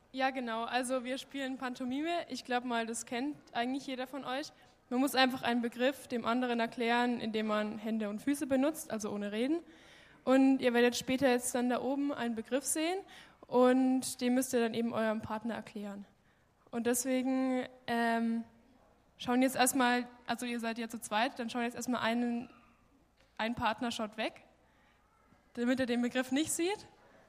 Ja, genau. Also wir spielen Pantomime. Ich glaube mal, das kennt eigentlich jeder von euch. Man muss einfach einen Begriff dem anderen erklären, indem man Hände und Füße benutzt, also ohne Reden. Und ihr werdet später jetzt dann da oben einen Begriff sehen und den müsst ihr dann eben eurem Partner erklären. Und deswegen schauen jetzt erstmal, also ihr seid ja zu zweit, dann schauen jetzt erstmal ein Partner schaut weg, damit er den Begriff nicht sieht.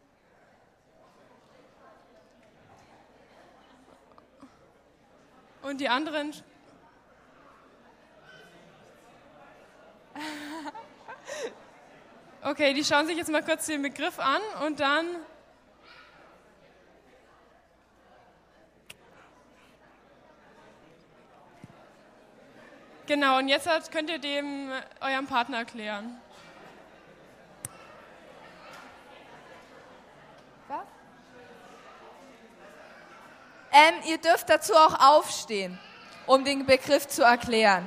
Und die anderen... Okay, die schauen sich jetzt mal kurz den Begriff an und dann... Genau, und jetzt könnt ihr dem eurem Partner erklären. Was? Ihr dürft dazu auch aufstehen, um den Begriff zu erklären.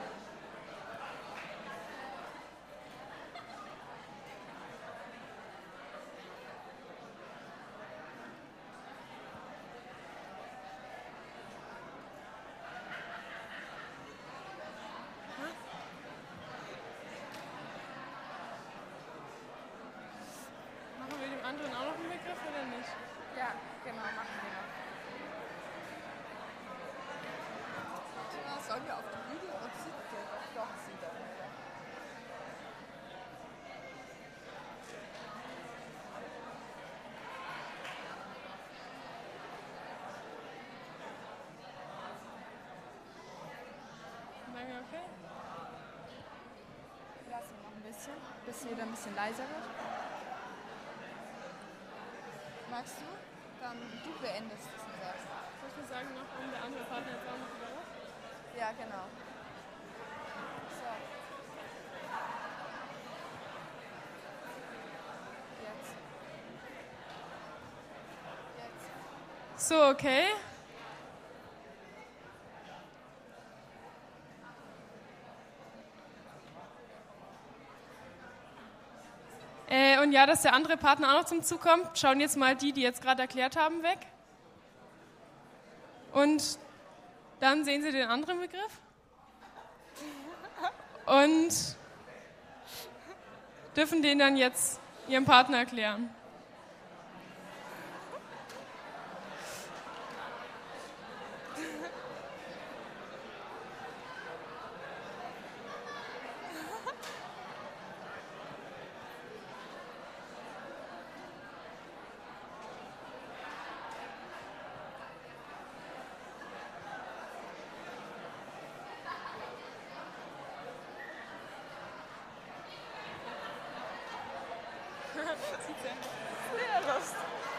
Machen wir dem anderen auch noch einen Begriff oder nicht? Ja, genau, machen wir noch. Sollen wir auf die Video und sieht der doch sieht er. Lange okay? Lass ihn noch ein bisschen, bis jeder ein bisschen leiser wird. Magst du? Dann du beendest es und sagst. Soll ich mir sagen, noch um der andere Partner jetzt auch noch wieder was? Ja, genau. So. Jetzt. So, okay. Und ja, dass der andere Partner auch noch zum Zug kommt, schauen jetzt mal die jetzt gerade erklärt haben, weg. Und dann sehen Sie den anderen Begriff. Und dürfen den dann jetzt Ihrem Partner erklären. Sehr lustig.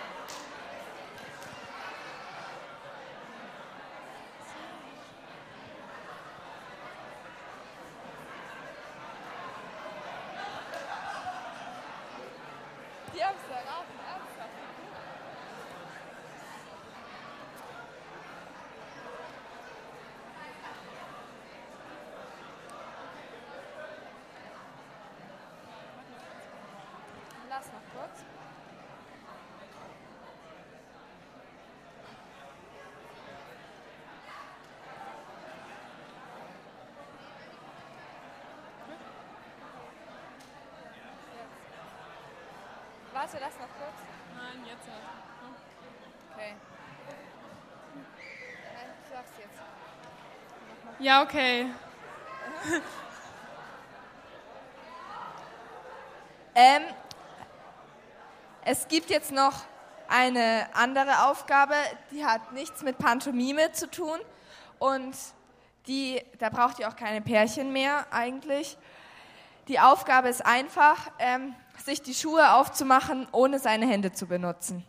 Die haben es erraten, ernsthaft. Lass noch kurz. Warte, lass noch kurz. Nein, jetzt halt. Okay. Nein, du sagst jetzt. Ja, okay. Es gibt jetzt noch eine andere Aufgabe, die hat nichts mit Pantomime zu tun und da braucht ihr auch keine Pärchen mehr eigentlich. Die Aufgabe ist einfach, sich die Schuhe aufzumachen, ohne seine Hände zu benutzen.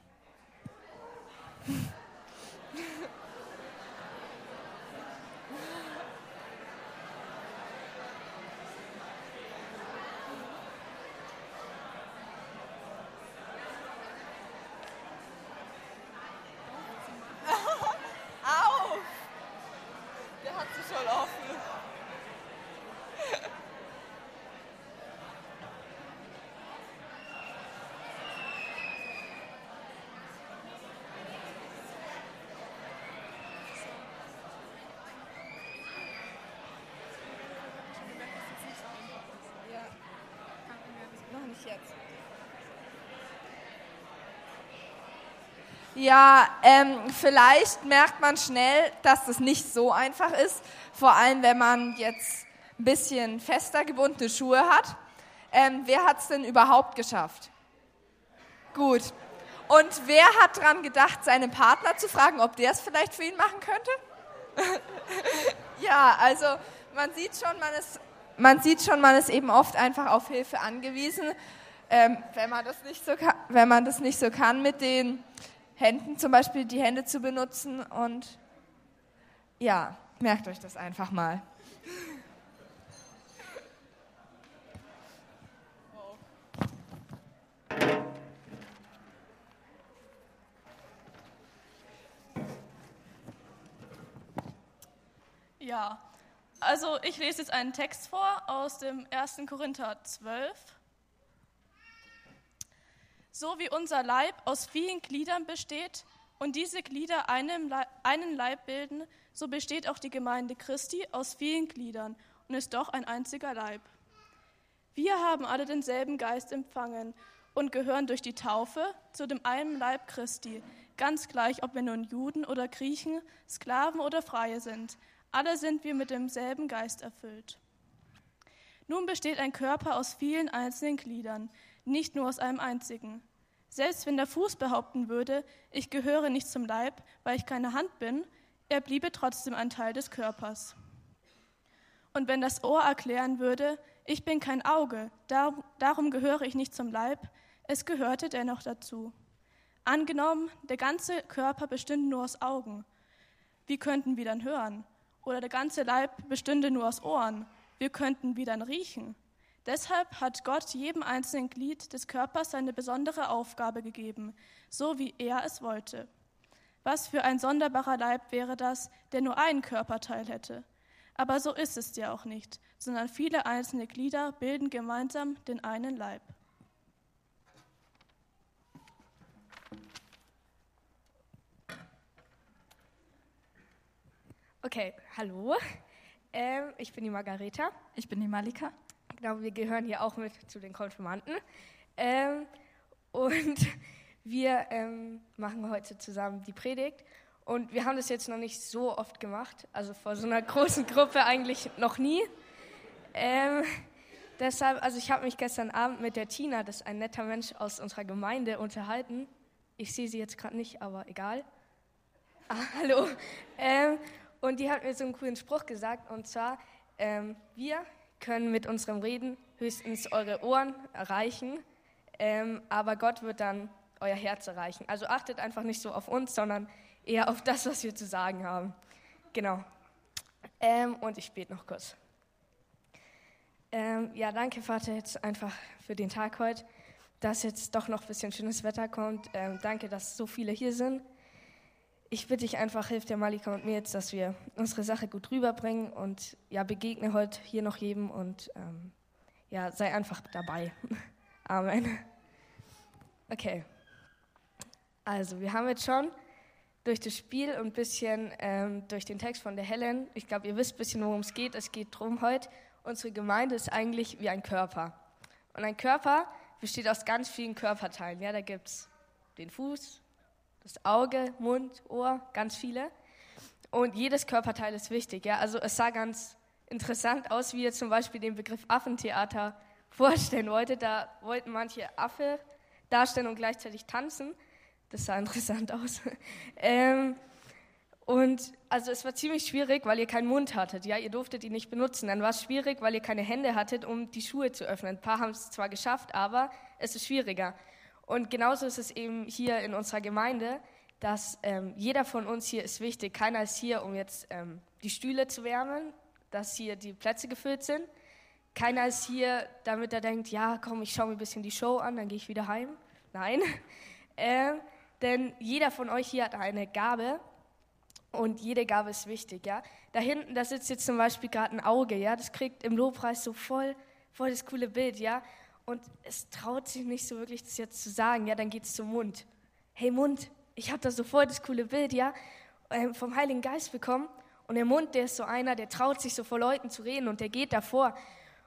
Auf! Der hat sie schon offen. Ja, vielleicht merkt man schnell, dass das nicht so einfach ist, vor allem wenn man jetzt ein bisschen fester gebundene Schuhe hat. Wer hat es denn überhaupt geschafft? Gut. Und wer hat daran gedacht, seinen Partner zu fragen, ob der es vielleicht für ihn machen könnte? Ja, also man sieht schon, man ist eben oft einfach auf Hilfe angewiesen, wenn man das nicht so kann mit den Händen, zum Beispiel die Hände zu benutzen. Und ja, merkt euch das einfach mal. Ja, also ich lese jetzt einen Text vor aus dem 1. Korinther 12. So wie unser Leib aus vielen Gliedern besteht und diese Glieder einen Leib bilden, so besteht auch die Gemeinde Christi aus vielen Gliedern und ist doch ein einziger Leib. Wir haben alle denselben Geist empfangen und gehören durch die Taufe zu dem einen Leib Christi, ganz gleich, ob wir nun Juden oder Griechen, Sklaven oder Freie sind. Alle sind wir mit demselben Geist erfüllt. Nun besteht ein Körper aus vielen einzelnen Gliedern, nicht nur aus einem einzigen. Selbst wenn der Fuß behaupten würde, ich gehöre nicht zum Leib, weil ich keine Hand bin, er bliebe trotzdem ein Teil des Körpers. Und wenn das Ohr erklären würde, ich bin kein Auge, darum gehöre ich nicht zum Leib, es gehörte dennoch dazu. Angenommen, der ganze Körper bestünde nur aus Augen. Wie könnten wir dann hören? Oder der ganze Leib bestünde nur aus Ohren. Wir könnten wie dann riechen. Deshalb hat Gott jedem einzelnen Glied des Körpers seine besondere Aufgabe gegeben, so wie er es wollte. Was für ein sonderbarer Leib wäre das, der nur einen Körperteil hätte. Aber so ist es ja auch nicht, sondern viele einzelne Glieder bilden gemeinsam den einen Leib. Okay, hallo. Ich bin die Margareta. Ich bin die Malika. Genau, wir gehören hier auch mit zu den Konfirmanden. Und wir machen heute zusammen die Predigt. Und wir haben das jetzt noch nicht so oft gemacht, also vor so einer großen Gruppe eigentlich noch nie. Deshalb, also ich habe mich gestern Abend mit der Tina, das ist ein netter Mensch aus unserer Gemeinde, unterhalten. Ich sehe sie jetzt gerade nicht, aber egal. Hallo. Und die hat mir so einen coolen Spruch gesagt, und zwar, wir können mit unserem Reden höchstens eure Ohren erreichen, aber Gott wird dann euer Herz erreichen. Also achtet einfach nicht so auf uns, sondern eher auf das, was wir zu sagen haben. Genau. Und ich bete noch kurz. Ja, danke, Vater, jetzt einfach für den Tag heute, dass jetzt doch noch ein bisschen schönes Wetter kommt. Danke, dass so viele hier sind. Ich bitte dich einfach, hilf der Malika und mir jetzt, dass wir unsere Sache gut rüberbringen und ja, begegne heute hier noch jedem und ja, sei einfach dabei. Amen. Okay. Also, wir haben jetzt schon durch das Spiel und ein bisschen durch den Text von der Helen, ich glaube, ihr wisst ein bisschen, worum es geht. Es geht darum heute, unsere Gemeinde ist eigentlich wie ein Körper. Und ein Körper besteht aus ganz vielen Körperteilen. Ja, da gibt es den Fuß, das Auge, Mund, Ohr, ganz viele. Und jedes Körperteil ist wichtig. Ja? Also es sah ganz interessant aus, wie ihr zum Beispiel den Begriff Affentheater vorstellen wolltet. Da wollten manche Affe darstellen und gleichzeitig tanzen. Das sah interessant aus. Und also es war ziemlich schwierig, weil ihr keinen Mund hattet. Ja, ihr durftet ihn nicht benutzen. Dann war es schwierig, weil ihr keine Hände hattet, um die Schuhe zu öffnen. Ein paar haben es zwar geschafft, aber es ist schwieriger. Und genauso ist es eben hier in unserer Gemeinde, dass jeder von uns hier ist wichtig. Keiner ist hier, um jetzt die Stühle zu wärmen, dass hier die Plätze gefüllt sind. Keiner ist hier, damit er denkt, ja, komm, ich schaue mir ein bisschen die Show an, dann gehe ich wieder heim. Nein, denn jeder von euch hier hat eine Gabe und jede Gabe ist wichtig. Ja? Da hinten, da sitzt jetzt zum Beispiel gerade ein Auge, ja? Das kriegt im Lobpreis so voll das coole Bild, ja. Und es traut sich nicht so wirklich, das jetzt zu sagen, ja, dann geht es zum Mund. Hey Mund, ich habe da so voll das coole Bild, ja, vom Heiligen Geist bekommen. Und der Mund, der ist so einer, der traut sich so vor Leuten zu reden und der geht davor.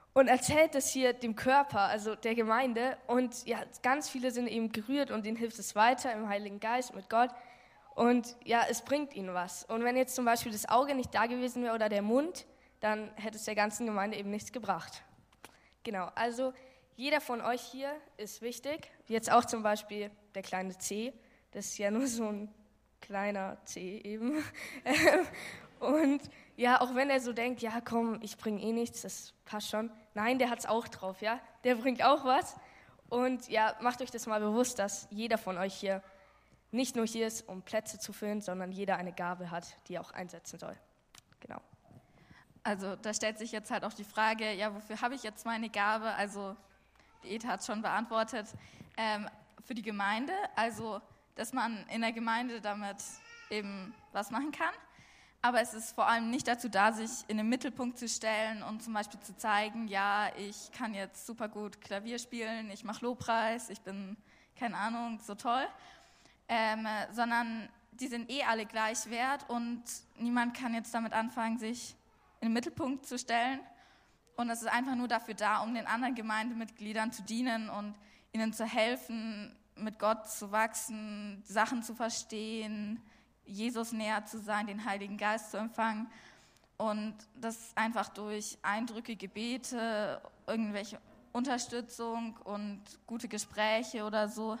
und erzählt es hier dem Körper, also der Gemeinde. Und ja, ganz viele sind eben gerührt und ihnen hilft es weiter im Heiligen Geist mit Gott. Und ja, es bringt ihnen was. Und wenn jetzt zum Beispiel das Auge nicht da gewesen wäre oder der Mund, dann hätte es der ganzen Gemeinde eben nichts gebracht. Genau, also jeder von euch hier ist wichtig. Jetzt auch zum Beispiel der kleine C. Das ist ja nur so ein kleiner C eben. Und ja, auch wenn er so denkt, ja komm, ich bringe eh nichts, das passt schon. Nein, der hat es auch drauf, ja. Der bringt auch was. Und ja, macht euch das mal bewusst, dass jeder von euch hier nicht nur hier ist, um Plätze zu füllen, sondern jeder eine Gabe hat, die er auch einsetzen soll. Genau. Also da stellt sich jetzt halt auch die Frage, ja, wofür habe ich jetzt meine Gabe? Also die Ed hat es schon beantwortet, für die Gemeinde, also dass man in der Gemeinde damit eben was machen kann. Aber es ist vor allem nicht dazu da, sich in den Mittelpunkt zu stellen und zum Beispiel zu zeigen, ja, ich kann jetzt super gut Klavier spielen, ich mache Lobpreis, ich bin, keine Ahnung, so toll. Sondern die sind alle gleich wert und niemand kann jetzt damit anfangen, sich in den Mittelpunkt zu stellen. Und es ist einfach nur dafür da, um den anderen Gemeindemitgliedern zu dienen und ihnen zu helfen, mit Gott zu wachsen, Sachen zu verstehen, Jesus näher zu sein, den Heiligen Geist zu empfangen. Und das einfach durch Eindrücke, Gebete, irgendwelche Unterstützung und gute Gespräche oder so.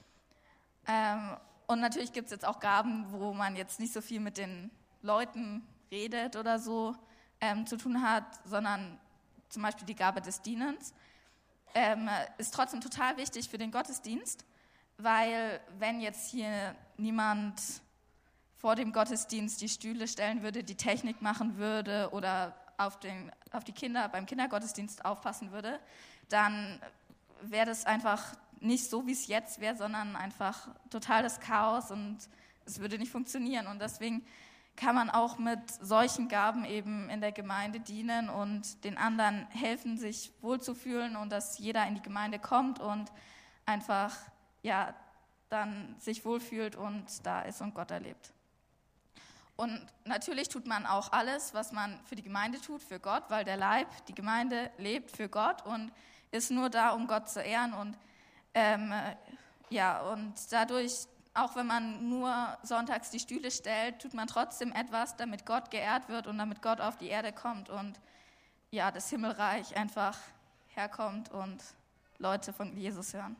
Und natürlich gibt es jetzt auch Gaben, wo man jetzt nicht so viel mit den Leuten redet oder so zu tun hat, sondern zum Beispiel die Gabe des Dienens. Ist trotzdem total wichtig für den Gottesdienst, weil wenn jetzt hier niemand vor dem Gottesdienst die Stühle stellen würde, die Technik machen würde oder auf die Kinder beim Kindergottesdienst aufpassen würde, dann wäre das einfach nicht so, wie es jetzt wäre, sondern einfach totales Chaos und es würde nicht funktionieren. Und deswegen kann man auch mit solchen Gaben eben in der Gemeinde dienen und den anderen helfen, sich wohlzufühlen und dass jeder in die Gemeinde kommt und einfach ja dann sich wohlfühlt und da ist und Gott erlebt. Und natürlich tut man auch alles, was man für die Gemeinde tut, für Gott, weil der Leib, die Gemeinde lebt für Gott und ist nur da, um Gott zu ehren und und dadurch, auch wenn man nur sonntags die Stühle stellt, tut man trotzdem etwas, damit Gott geehrt wird und damit Gott auf die Erde kommt und ja, das Himmelreich einfach herkommt und Leute von Jesus hören.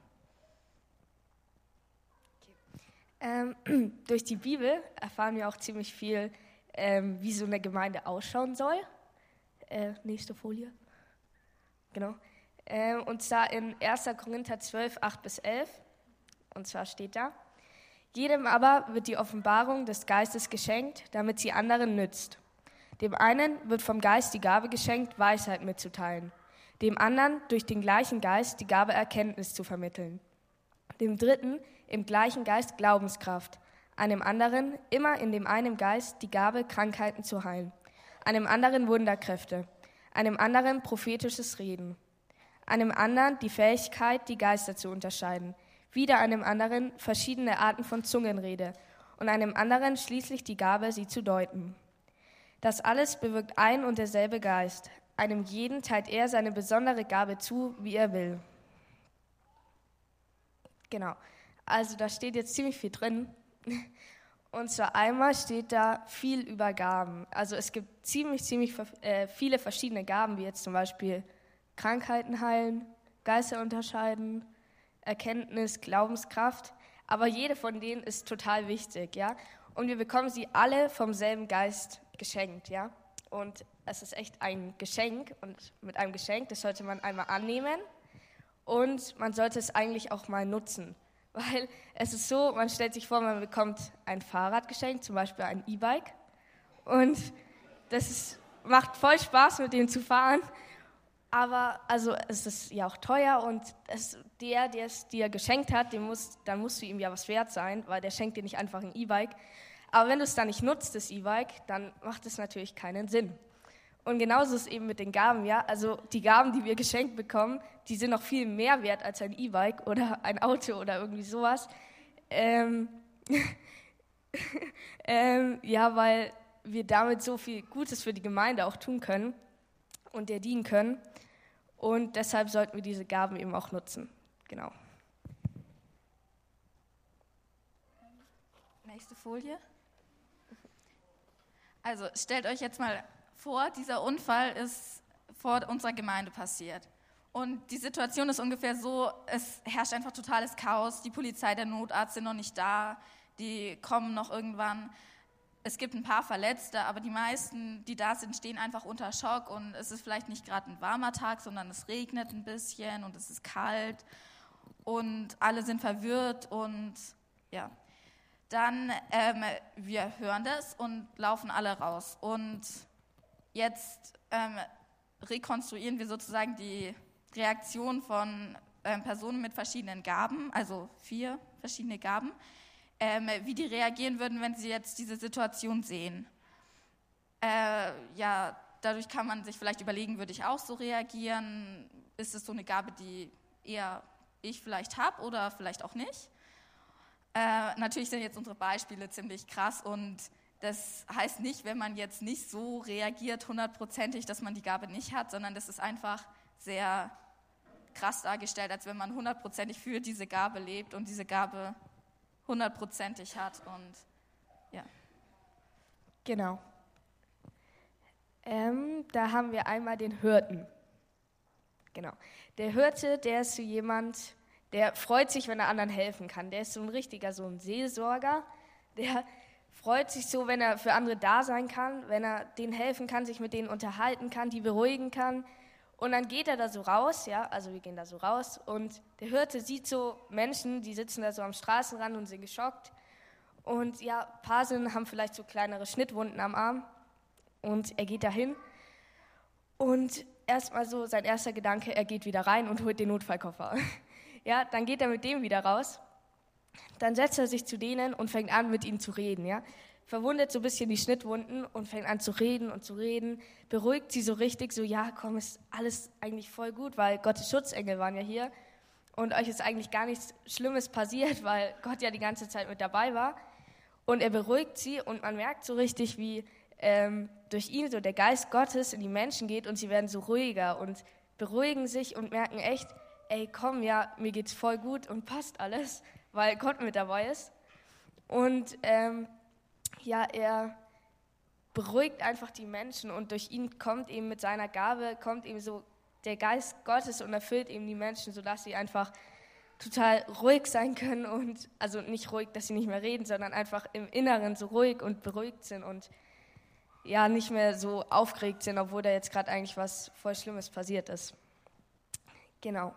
Durch die Bibel erfahren wir auch ziemlich viel, wie so eine Gemeinde ausschauen soll. Nächste Folie. Genau. Und zwar in 1. Korinther 12, 8-11. Und zwar steht da: Jedem aber wird die Offenbarung des Geistes geschenkt, damit sie anderen nützt. Dem einen wird vom Geist die Gabe geschenkt, Weisheit mitzuteilen. Dem anderen durch den gleichen Geist die Gabe, Erkenntnis zu vermitteln. Dem dritten im gleichen Geist Glaubenskraft. Einem anderen, immer in dem einen Geist, die Gabe, Krankheiten zu heilen. Einem anderen Wunderkräfte. Einem anderen prophetisches Reden. Einem anderen die Fähigkeit, die Geister zu unterscheiden, wieder einem anderen verschiedene Arten von Zungenrede und einem anderen schließlich die Gabe, sie zu deuten. Das alles bewirkt ein und derselbe Geist. Einem jeden teilt er seine besondere Gabe zu, wie er will. Genau, also da steht jetzt ziemlich viel drin. Und zwar einmal steht da viel über Gaben. Also es gibt ziemlich viele verschiedene Gaben, wie jetzt zum Beispiel Krankheiten heilen, Geister unterscheiden, Erkenntnis, Glaubenskraft. Aber jede von denen ist total wichtig, ja. Und wir bekommen sie alle vom selben Geist geschenkt, ja. Und es ist echt ein Geschenk. Und mit einem Geschenk, das sollte man einmal annehmen. Und man sollte es eigentlich auch mal nutzen. Weil es ist so, man stellt sich vor, man bekommt ein Fahrrad geschenkt, zum Beispiel ein E-Bike. Und macht voll Spaß, mit dem zu fahren. Aber also es ist ja auch teuer und der es dir geschenkt hat, dann musst du ihm ja was wert sein, weil der schenkt dir nicht einfach ein E-Bike. Aber wenn du es dann nicht nutzt, das E-Bike, dann macht es natürlich keinen Sinn. Und genauso ist es eben mit den Gaben, ja. Also die Gaben, die wir geschenkt bekommen, die sind noch viel mehr wert als ein E-Bike oder ein Auto oder irgendwie sowas. Ja, weil wir damit so viel Gutes für die Gemeinde auch tun können und der dienen können. Und deshalb sollten wir diese Gaben eben auch nutzen. Genau. Nächste Folie. Also stellt euch jetzt mal vor, dieser Unfall ist vor unserer Gemeinde passiert. Und die Situation ist ungefähr so, es herrscht einfach totales Chaos. Die Polizei, der Notarzt sind noch nicht da, die kommen noch irgendwann. Es gibt ein paar Verletzte, aber die meisten, die da sind, stehen einfach unter Schock. Und es ist vielleicht nicht gerade ein warmer Tag, sondern es regnet ein bisschen und es ist kalt. Und alle sind verwirrt und ja. Dann, wir hören das und laufen alle raus. Und jetzt rekonstruieren wir sozusagen die Reaktion von Personen mit verschiedenen Gaben, also 4 verschiedene Gaben, wie die reagieren würden, wenn sie jetzt diese Situation sehen. Ja, dadurch kann man sich vielleicht überlegen, würde ich auch so reagieren? Ist es so eine Gabe, die eher ich vielleicht habe oder vielleicht auch nicht? Natürlich sind jetzt unsere Beispiele ziemlich krass und das heißt nicht, wenn man jetzt nicht so reagiert, 100%ig, dass man die Gabe nicht hat, sondern das ist einfach sehr krass dargestellt, als wenn man 100%ig für diese Gabe lebt und diese Gabe 100%ig hat und ja. Genau. Da haben wir einmal den Hirten. Genau. Der Hirte, der ist so jemand, der freut sich, wenn er anderen helfen kann. Der ist so ein richtiger, so ein Seelsorger. Der freut sich so, wenn er für andere da sein kann, wenn er denen helfen kann, sich mit denen unterhalten kann, die beruhigen kann. Und dann geht er da so raus, ja, also wir gehen da so raus und der Hirte sieht so Menschen, die sitzen da so am Straßenrand und sind geschockt. Und ja, ein paar haben vielleicht so kleinere Schnittwunden am Arm und er geht da hin und erstmal so sein erster Gedanke, er geht wieder rein und holt den Notfallkoffer. Ja, dann geht er mit dem wieder raus, dann setzt er sich zu denen und fängt an, mit ihnen zu reden, ja. Verwundet so ein bisschen die Schnittwunden und fängt an zu reden, beruhigt sie so richtig, so, ja, komm, ist alles eigentlich voll gut, weil Gottes Schutzengel waren ja hier und euch ist eigentlich gar nichts Schlimmes passiert, weil Gott ja die ganze Zeit mit dabei war. Und er beruhigt sie und man merkt so richtig, wie durch ihn so der Geist Gottes in die Menschen geht und sie werden so ruhiger und beruhigen sich und merken echt, ey, komm, ja, mir geht's voll gut und passt alles, weil Gott mit dabei ist. Und ja, er beruhigt einfach die Menschen und durch ihn kommt eben mit seiner Gabe, kommt eben so der Geist Gottes und erfüllt eben die Menschen, sodass sie einfach total ruhig sein können und, also nicht ruhig, dass sie nicht mehr reden, sondern einfach im Inneren so ruhig und beruhigt sind und ja, nicht mehr so aufgeregt sind, obwohl da jetzt gerade eigentlich was voll Schlimmes passiert ist. Genau.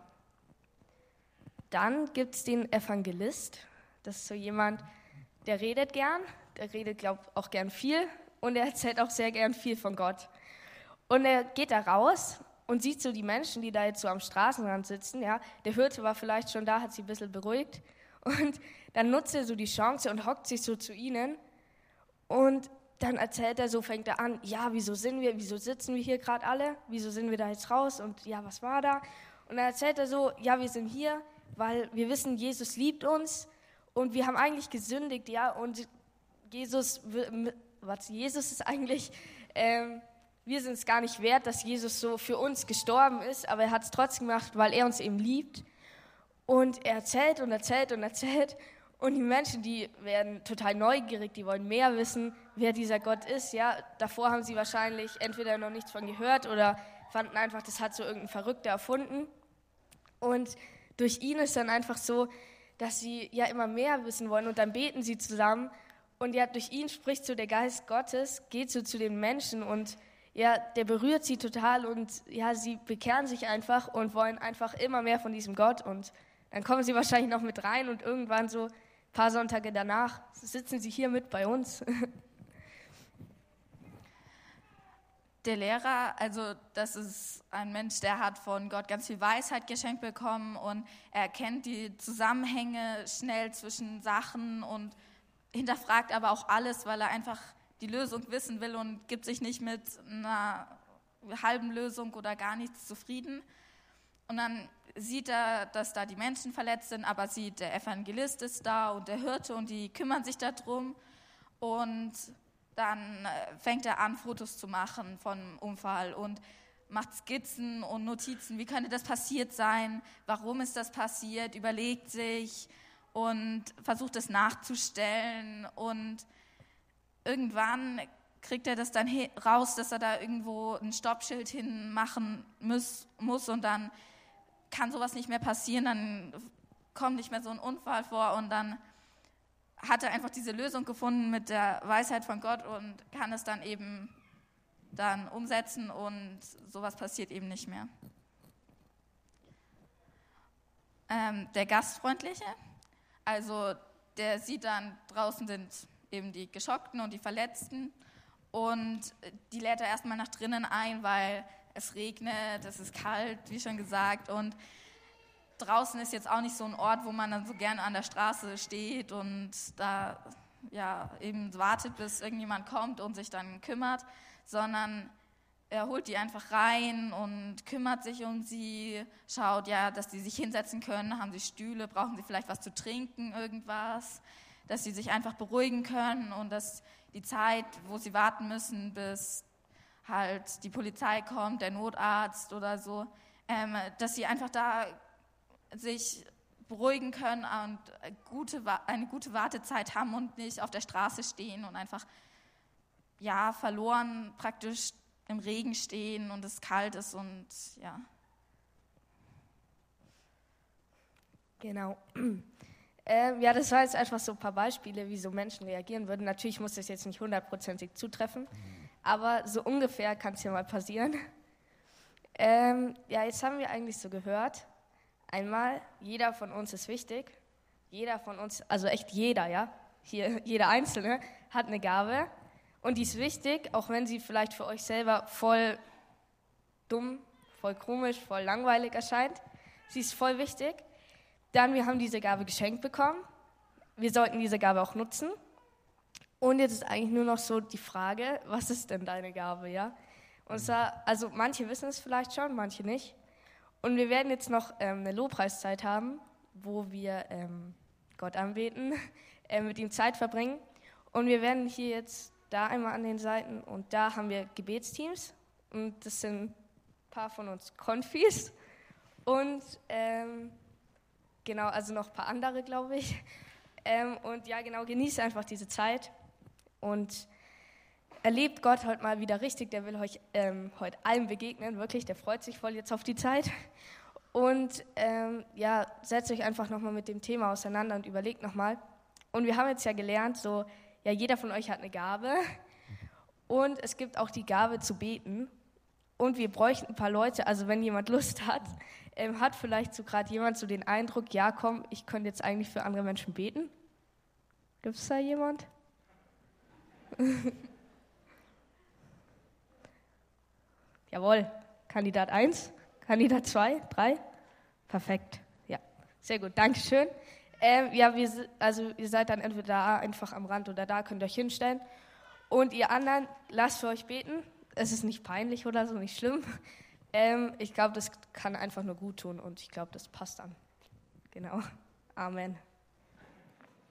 Dann gibt es den Evangelist. Das ist so jemand, der redet gern, der redet, glaube ich, auch gern viel und er erzählt auch sehr gern viel von Gott. Und er geht da raus und sieht so die Menschen, die da jetzt so am Straßenrand sitzen. Ja. Der Hirte war vielleicht schon da, hat sie ein bisschen beruhigt. Und dann nutzt er so die Chance und hockt sich so zu ihnen. Und dann erzählt er so, fängt er an, ja, wieso sitzen wir hier gerade alle? Wieso sind wir da jetzt raus? Und ja, was war da? Und dann erzählt er so, ja, wir sind hier, weil wir wissen, Jesus liebt uns und wir haben eigentlich gesündigt, ja, und Jesus ist eigentlich, wir sind es gar nicht wert, dass Jesus so für uns gestorben ist, aber er hat es trotzdem gemacht, weil er uns eben liebt. Und er erzählt und erzählt und erzählt und die Menschen, die werden total neugierig, die wollen mehr wissen, wer dieser Gott ist, ja. Davor haben sie wahrscheinlich entweder noch nichts von gehört oder fanden einfach, das hat so irgendein Verrückter erfunden. Und durch ihn ist dann einfach so, dass sie ja immer mehr wissen wollen und dann beten sie zusammen und ja, durch ihn spricht so der Geist Gottes, geht so zu den Menschen und ja, der berührt sie total und ja, sie bekehren sich einfach und wollen einfach immer mehr von diesem Gott und dann kommen sie wahrscheinlich noch mit rein und irgendwann so ein paar Sonntage danach sitzen sie hier mit bei uns. Der Lehrer, also das ist ein Mensch, der hat von Gott ganz viel Weisheit geschenkt bekommen und er kennt die Zusammenhänge schnell zwischen Sachen und hinterfragt aber auch alles, weil er einfach die Lösung wissen will und gibt sich nicht mit einer halben Lösung oder gar nichts zufrieden. Und dann sieht er, dass da die Menschen verletzt sind, aber sieht, der Evangelist ist da und der Hirte und die kümmern sich darum und dann fängt er an, Fotos zu machen vom Unfall und macht Skizzen und Notizen, wie könnte das passiert sein, warum ist das passiert, überlegt sich und versucht es nachzustellen und irgendwann kriegt er das dann raus, dass er da irgendwo ein Stoppschild hinmachen muss und dann kann sowas nicht mehr passieren, dann kommt nicht mehr so ein Unfall vor und dann hat er einfach diese Lösung gefunden mit der Weisheit von Gott und kann es dann eben dann umsetzen und sowas passiert eben nicht mehr. Der Gastfreundliche, also der sieht dann, draußen sind eben die Geschockten und die Verletzten und die lädt er erstmal nach drinnen ein, weil es regnet, es ist kalt, wie schon gesagt, und draußen ist jetzt auch nicht so ein Ort, wo man dann so gerne an der Straße steht und da ja eben wartet, bis irgendjemand kommt und sich dann kümmert, sondern er holt die einfach rein und kümmert sich um sie, schaut ja, dass die sich hinsetzen können, haben sie Stühle, brauchen sie vielleicht was zu trinken, irgendwas, dass sie sich einfach beruhigen können und dass die Zeit, wo sie warten müssen, bis halt die Polizei kommt, der Notarzt oder so, dass sie einfach da sich beruhigen können und eine gute Wartezeit haben und nicht auf der Straße stehen und einfach ja verloren praktisch im Regen stehen und es kalt ist und ja. Genau. Ja, das war jetzt einfach so ein paar Beispiele, wie so Menschen reagieren würden. Natürlich muss das jetzt nicht 100%ig zutreffen, aber so ungefähr kann es ja mal passieren. Ja, jetzt haben wir eigentlich so gehört, einmal, jeder von uns ist wichtig. Jeder von uns, also echt jeder, ja, hier, jeder Einzelne hat eine Gabe und die ist wichtig, auch wenn sie vielleicht für euch selber voll dumm, voll komisch, voll langweilig erscheint. Sie ist voll wichtig. Dann, wir haben diese Gabe geschenkt bekommen. Wir sollten diese Gabe auch nutzen. Und jetzt ist eigentlich nur noch so die Frage, was ist denn deine Gabe, ja? Und zwar, also manche wissen es vielleicht schon, manche nicht. Und wir werden jetzt noch eine Lobpreiszeit haben, wo wir Gott anbeten, mit ihm Zeit verbringen. Und wir werden hier jetzt da einmal an den Seiten und da haben wir Gebetsteams. Und das sind ein paar von uns Konfis. Und genau, also noch ein paar andere, glaube ich. Und ja, genau, genießt einfach diese Zeit und erlebt Gott heute mal wieder richtig. Der will euch heute allen begegnen, wirklich. Der freut sich voll jetzt auf die Zeit. Und ja, setzt euch einfach nochmal mit dem Thema auseinander und überlegt nochmal. Und wir haben jetzt ja gelernt, so, ja, jeder von euch hat eine Gabe. Und es gibt auch die Gabe zu beten. Und wir bräuchten ein paar Leute, also wenn jemand Lust hat, hat vielleicht so gerade jemand so den Eindruck, ja komm, ich könnte jetzt eigentlich für andere Menschen beten? Gibt es da jemand? Jawohl, Kandidat 1, Kandidat 2, 3, perfekt, ja, sehr gut, Dankeschön. Ja, ihr seid dann entweder da einfach am Rand oder da, könnt ihr euch hinstellen. Und ihr anderen, lasst für euch beten. Es ist nicht peinlich oder so, nicht schlimm. Ich glaube, das kann einfach nur gut tun und ich glaube, das passt dann. Genau. Amen.